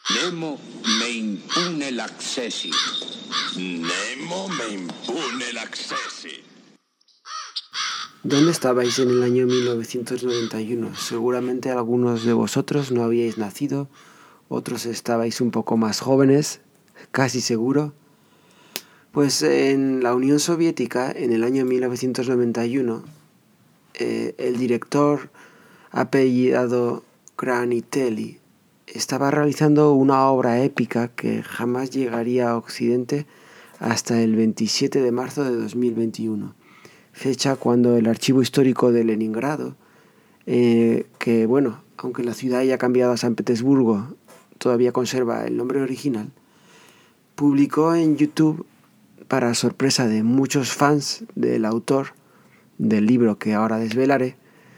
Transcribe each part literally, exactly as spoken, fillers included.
Nemo me impune l'accessi. Nemo me impune l'accessi. ¿Dónde estabais en el año mil novecientos noventa y uno? Seguramente algunos de vosotros no habíais nacido, otros estabais un poco más jóvenes, casi seguro. Pues en la Unión Soviética, en el año mil novecientos noventa y uno, eh, el director apellidado Kranitelli estaba realizando una obra épica que jamás llegaría a Occidente hasta el veintisiete de marzo de dos mil veintiuno, fecha cuando el archivo histórico de Leningrado, eh, que bueno, aunque la ciudad haya cambiado a San Petersburgo, todavía conserva el nombre original, publicó en YouTube, para sorpresa de muchos fans del autor del libro que ahora desvelaré,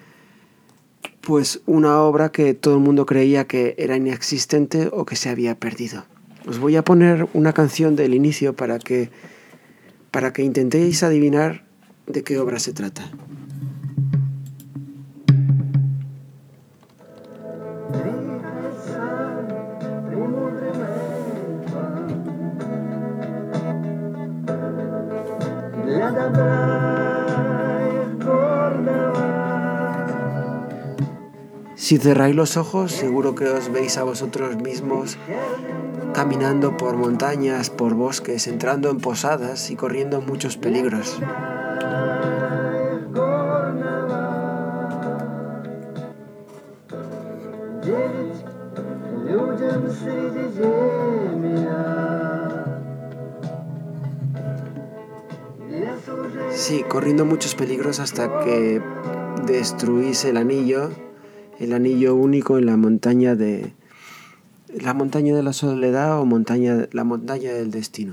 pues una obra que todo el mundo creía que era inexistente o que se había perdido. Os voy a poner una canción del inicio para que, para que intentéis adivinar de qué obra se trata. Si cerráis los ojos, seguro que os veis a vosotros mismos caminando por montañas, por bosques, entrando en posadas y corriendo muchos peligros. Sí, corriendo muchos peligros hasta que destruís el anillo, el anillo único en la montaña de la montaña de la soledad o montaña, la montaña del destino.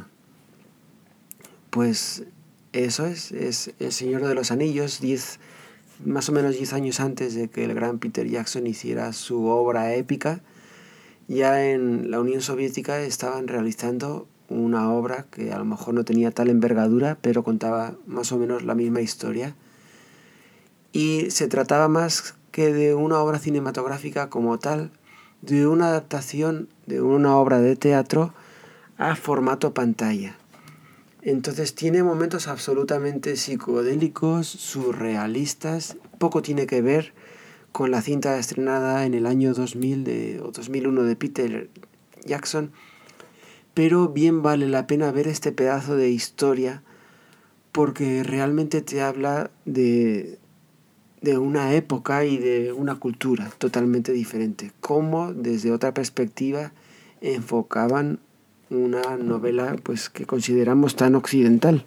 Pues eso es, es El Señor de los Anillos, diez, más o menos diez años antes de que el gran Peter Jackson hiciera su obra épica. Ya en la Unión Soviética estaban realizando una obra que a lo mejor no tenía tal envergadura, pero contaba más o menos la misma historia. Y se trataba más que de una obra cinematográfica como tal, de una adaptación de una obra de teatro a formato pantalla. Entonces tiene momentos absolutamente psicodélicos, surrealistas, poco tiene que ver con la cinta estrenada en el año dos mil de, o dos mil uno de Peter Jackson, pero bien vale la pena ver este pedazo de historia porque realmente te habla de, de una época y de una cultura totalmente diferente, cómo desde otra perspectiva enfocaban una novela pues que consideramos tan occidental.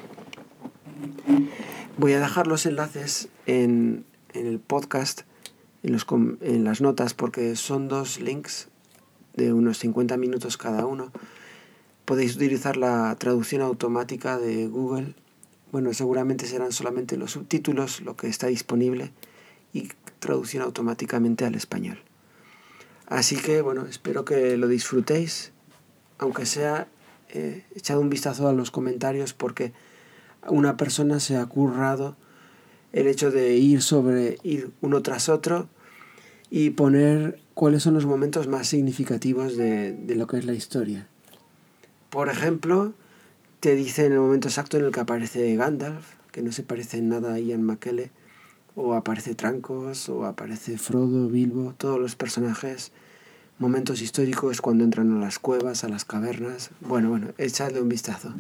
Voy a dejar los enlaces en, en el podcast, en, los, en las notas, porque son dos links de unos cincuenta minutos cada uno. Podéis utilizar la traducción automática de Google. Bueno, seguramente serán solamente los subtítulos lo que está disponible y traducción automáticamente al español. Así que, bueno, espero que lo disfrutéis, aunque sea eh, echado un vistazo a los comentarios, porque una persona se ha currado el hecho de ir sobre ir uno tras otro y poner cuáles son los momentos más significativos de, de lo que es la historia. Por ejemplo, te dice en el momento exacto en el que aparece Gandalf, que no se parece en nada a Ian McKellen, o aparece Trancos, o aparece Frodo, Bilbo, todos los personajes. Momentos históricos cuando entran a las cuevas, a las cavernas. Bueno, bueno, echadle un vistazo.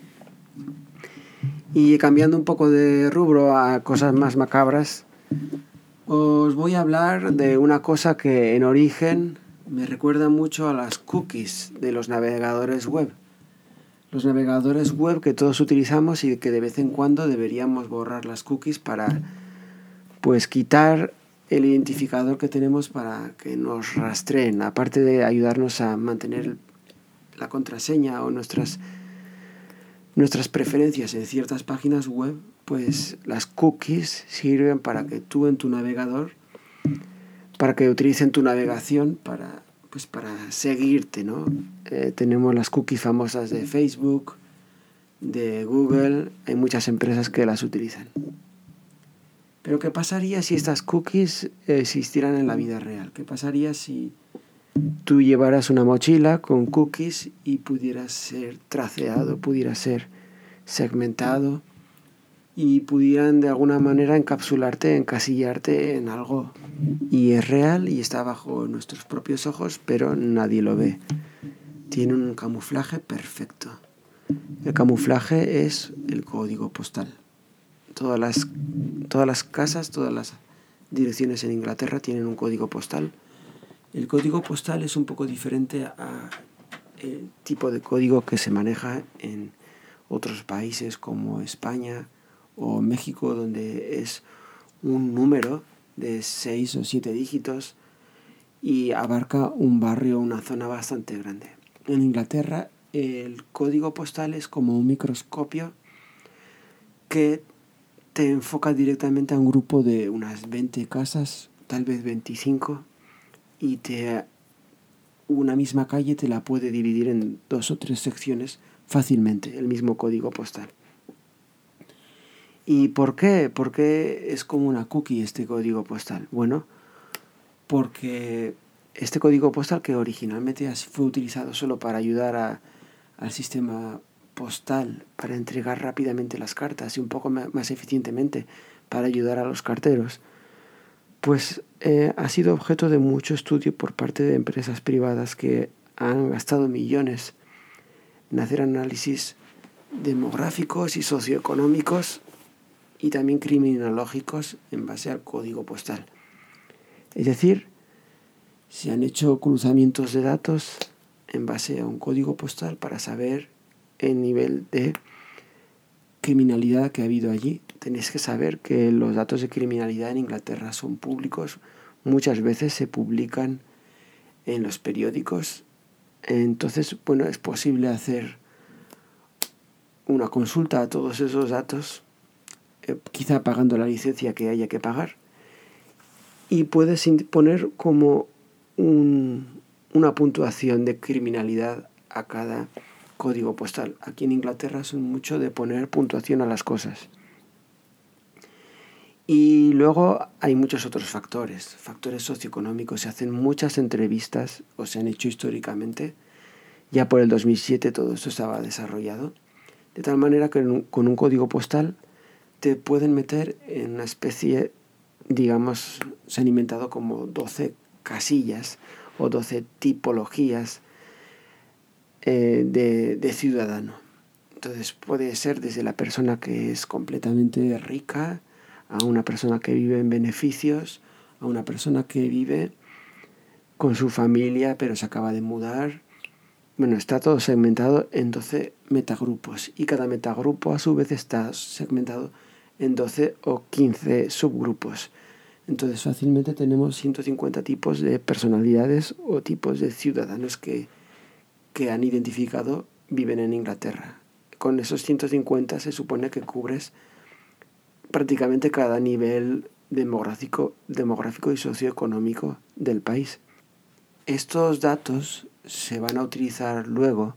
Y cambiando un poco de rubro a cosas más macabras, os voy a hablar de una cosa que en origen me recuerda mucho a las cookies de los navegadores web. Los navegadores web que todos utilizamos y que de vez en cuando deberíamos borrar las cookies para pues quitar el identificador que tenemos para que nos rastreen, aparte de ayudarnos a mantener la contraseña o nuestras, nuestras preferencias en ciertas páginas web, pues las cookies sirven para que tú en tu navegador, para que utilicen tu navegación para, pues para seguirte, ¿no? Eh, tenemos las cookies famosas de Facebook, de Google, hay muchas empresas que las utilizan. Pero ¿qué pasaría si estas cookies existieran en la vida real? ¿Qué pasaría si tú llevaras una mochila con cookies y pudieras ser traceado, pudiera ser segmentado y pudieran de alguna manera encapsularte, encasillarte en algo. Y es real y está bajo nuestros propios ojos, pero nadie lo ve. Tiene un camuflaje perfecto. El camuflaje es el código postal. Todas las, todas las casas, todas las direcciones en Inglaterra tienen un código postal. El código postal es un poco diferente al tipo de código que se maneja en otros países como España o México, donde es un número de seis o siete dígitos y abarca un barrio, una zona bastante grande. En Inglaterra el código postal es como un microscopio que te enfoca directamente a un grupo de unas veinte casas, tal vez veinticinco, y te, una misma calle te la puede dividir en dos o tres secciones fácilmente, el mismo código postal. ¿Y por qué? ¿Por qué es como una cookie este código postal? Bueno, porque este código postal, que originalmente fue utilizado solo para ayudar a, al sistema postal, para entregar rápidamente las cartas y un poco más eficientemente para ayudar a los carteros, pues eh, ha sido objeto de mucho estudio por parte de empresas privadas que han gastado millones en hacer análisis demográficos y socioeconómicos y también criminológicos en base al código postal. Es decir, se han hecho cruzamientos de datos en base a un código postal para saber el nivel de criminalidad que ha habido allí. Tenéis que saber que los datos de criminalidad en Inglaterra son públicos, muchas veces se publican en los periódicos. Entonces, bueno, es posible hacer una consulta a todos esos datos, eh, quizá pagando la licencia que haya que pagar, y puedes poner como un, una puntuación de criminalidad a cada código postal. Aquí en Inglaterra son mucho de poner puntuación a las cosas. Y luego hay muchos otros factores, factores socioeconómicos. Se hacen muchas entrevistas, o se han hecho históricamente. Ya por el dos mil siete todo esto estaba desarrollado. De tal manera que con un código postal te pueden meter en una especie, digamos, se han inventado como doce casillas o doce tipologías eh, de, de ciudadano. Entonces puede ser desde la persona que es completamente rica, a una persona que vive en beneficios, a una persona que vive con su familia pero se acaba de mudar. Bueno, está todo segmentado en doce metagrupos y cada metagrupo a su vez está segmentado en doce o quince subgrupos. Entonces fácilmente tenemos ciento cincuenta tipos de personalidades o tipos de ciudadanos que, que han identificado viven en Inglaterra. Con esos ciento cincuenta se supone que cubres prácticamente cada nivel demográfico, demográfico y socioeconómico del país. Estos datos se van a utilizar luego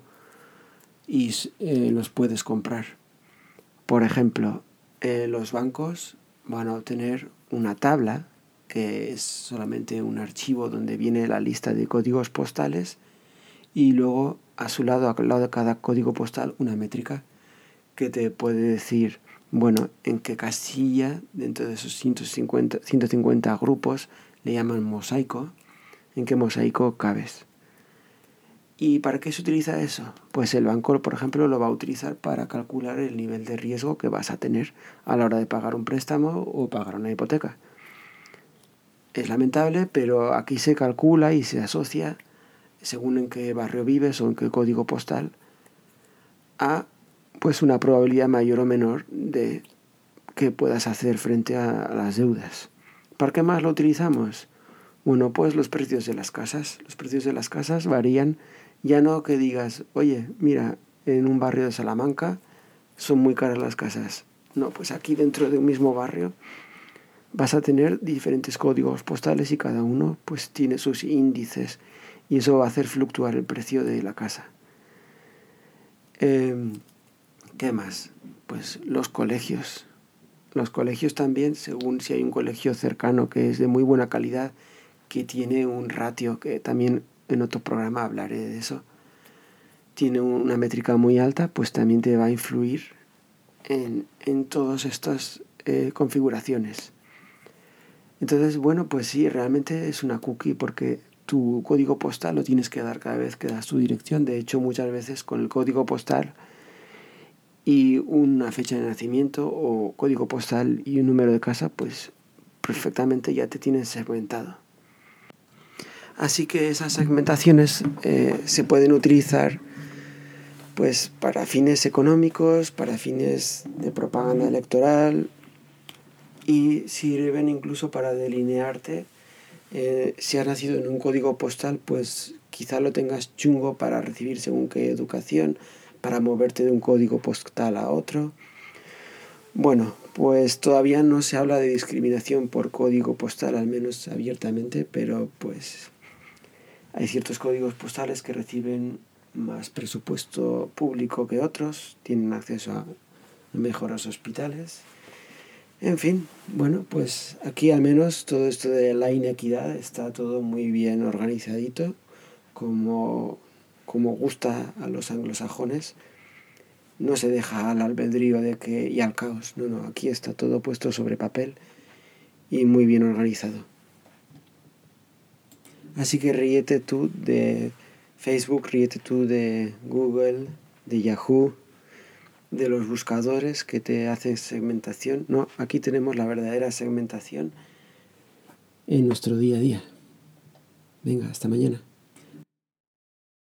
y eh, los puedes comprar. Por ejemplo, eh, los bancos van a obtener una tabla que es solamente un archivo donde viene la lista de códigos postales y luego a su lado, al lado de cada código postal, una métrica que te puede decir, bueno, en qué casilla dentro de esos ciento cincuenta, ciento cincuenta grupos le llaman mosaico, en qué mosaico cabes. ¿Y para qué se utiliza eso? Pues el banco, por ejemplo, lo va a utilizar para calcular el nivel de riesgo que vas a tener a la hora de pagar un préstamo o pagar una hipoteca. Es lamentable, pero aquí se calcula y se asocia, según en qué barrio vives o en qué código postal, a pues una probabilidad mayor o menor de que puedas hacer frente a, a las deudas. ¿Para qué más lo utilizamos? Bueno, pues los precios de las casas. Los precios de las casas varían. Ya no que digas, oye, mira, en un barrio de Salamanca son muy caras las casas. No, pues aquí dentro de un mismo barrio vas a tener diferentes códigos postales y cada uno pues tiene sus índices y eso va a hacer fluctuar el precio de la casa. Eh, ¿Qué más? Pues los colegios. Los colegios también, según si hay un colegio cercano que es de muy buena calidad, que tiene un ratio que también en otro programa hablaré de eso, tiene una métrica muy alta, pues también te va a influir en, en todas estas eh, configuraciones. Entonces, bueno, pues sí, realmente es una cookie porque tu código postal lo tienes que dar cada vez que das tu dirección. De hecho, muchas veces con el código postal y una fecha de nacimiento o código postal y un número de casa, pues perfectamente ya te tienen segmentado. Así que esas segmentaciones eh, se pueden utilizar pues para fines económicos, para fines de propaganda electoral y sirven incluso para delinearte. Eh, si has nacido en un código postal, pues quizá lo tengas chungo para recibir según qué educación, para moverte de un código postal a otro. Bueno, pues todavía no se habla de discriminación por código postal, al menos abiertamente, pero pues hay ciertos códigos postales que reciben más presupuesto público que otros, tienen acceso a mejores hospitales. En fin, bueno, pues aquí al menos todo esto de la inequidad está todo muy bien organizadito, como, como gusta a los anglosajones. No se deja al albedrío de que, y al caos, no, no, aquí está todo puesto sobre papel y muy bien organizado. Así que ríete tú de Facebook, ríete tú de Google, de Yahoo, de los buscadores que te hacen segmentación. No, aquí tenemos la verdadera segmentación en nuestro día a día. Venga, hasta mañana.